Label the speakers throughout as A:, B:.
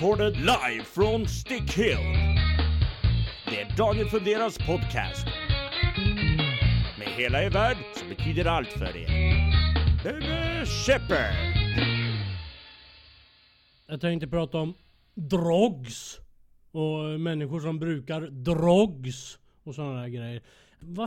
A: Recorded live från Stick Hill. Det är Daniel Funderas podcast. Med hela er värld som betyder allt för er. Bebe Shepard.
B: Jag tänkte prata om drogs. Och människor som brukar drogs. Och sådana där grejer. Vad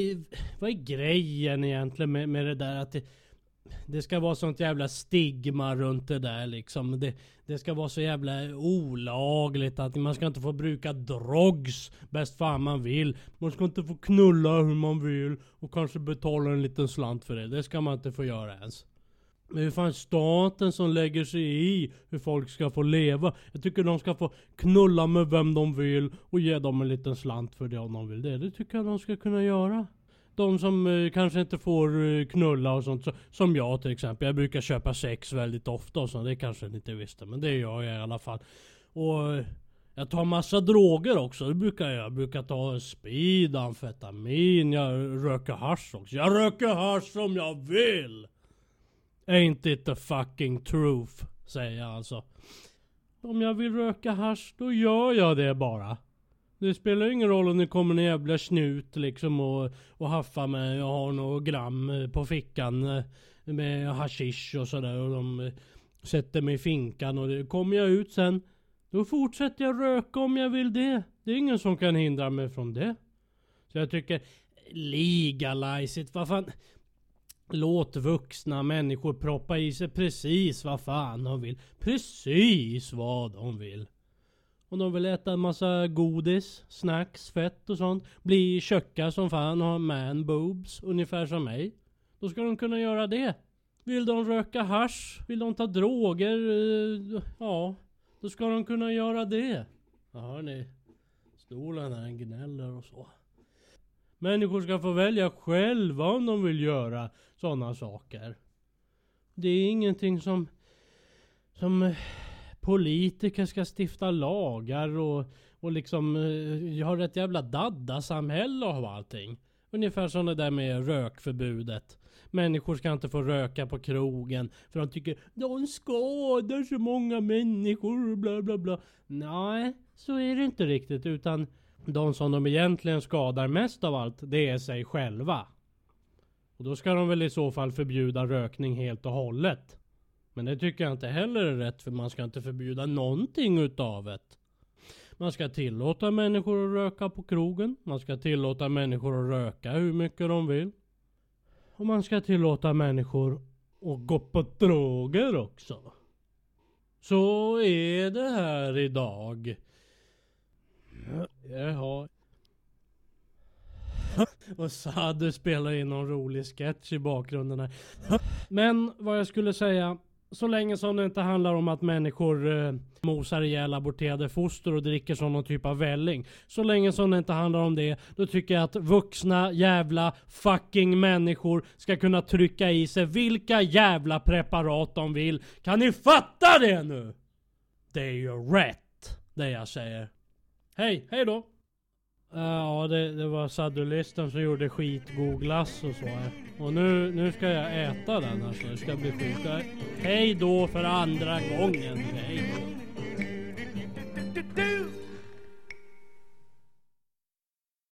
B: är grejen egentligen med det där att det ska vara sånt jävla stigma runt det där liksom. Det ska vara så jävla olagligt att man ska inte få bruka drogs bäst fan man vill. Man ska inte få knulla hur man vill och kanske betala en liten slant för det. Det ska man inte få göra ens. Men hur fan staten som lägger sig i hur folk ska få leva. Jag tycker de ska få knulla med vem de vill och ge dem en liten slant för det om de vill. Det tycker jag de ska kunna göra. De som kanske inte får knulla och sånt. Som jag till exempel. Jag brukar köpa sex väldigt ofta och så. Det kanske ni inte visste. Men det gör jag i alla fall. Och jag tar massa droger också. Det brukar jag. Jag brukar ta speed, amfetamin. Jag röker hasch också. Jag röker hasch som jag vill. Ain't it the fucking truth, säger jag alltså. Om jag vill röka hasch, då gör jag det bara. Det spelar ingen roll om det kommer en jävla snut liksom och haffar med. Jag har några gram på fickan med hashish och sådär. Och de sätter mig i finkan och det kommer jag ut sen. Då fortsätter jag röka om jag vill det. Det är ingen som kan hindra mig från det. Så jag tycker, legalize it, vad fan. Låt vuxna människor proppa i sig precis vad fan de vill. Precis vad de vill. Om de vill äta en massa godis, snacks, fett och sånt. Bli tjocka som fan och ha man boobs ungefär som mig. Då ska de kunna göra det. Vill de röka hasch? Vill de ta droger? Ja, då ska de kunna göra det. Ja, hörni. Stolen här gnäller och så. Människor ska få välja själva om de vill göra sådana saker. Det är ingenting som politiker ska stifta lagar och liksom har ett jävla dadda-samhälle av allting. Ungefär som det där med rökförbudet. Människor ska inte få röka på krogen för de tycker de skadar så många människor bla bla bla. Nej, så är det inte riktigt, utan de som de egentligen skadar mest av allt, det är sig själva. Och då ska de väl i så fall förbjuda rökning helt och hållet. Men det tycker jag inte heller är rätt, för man ska inte förbjuda någonting utav det. Man ska tillåta människor att röka på krogen. Man ska tillåta människor att röka hur mycket de vill. Och man ska tillåta människor att gå på droger också. Så är det här idag. Jaha. Och Sadu spelar in någon rolig sketch i bakgrunden här. Men vad jag skulle säga, så länge som det inte handlar om att människor mosar ihjäl aborterade foster och dricker som någon typ av välling. Så länge som det inte handlar om det, då tycker jag att vuxna jävla fucking människor ska kunna trycka i sig vilka jävla preparat de vill. Kan ni fatta det nu? Det är ju rätt, det jag säger. Hej då. Ja, det var sadulisten som gjorde skitgod glass och så här. Och nu ska jag äta den här, så det ska bli skit. Hej då för andra gången. Hej då.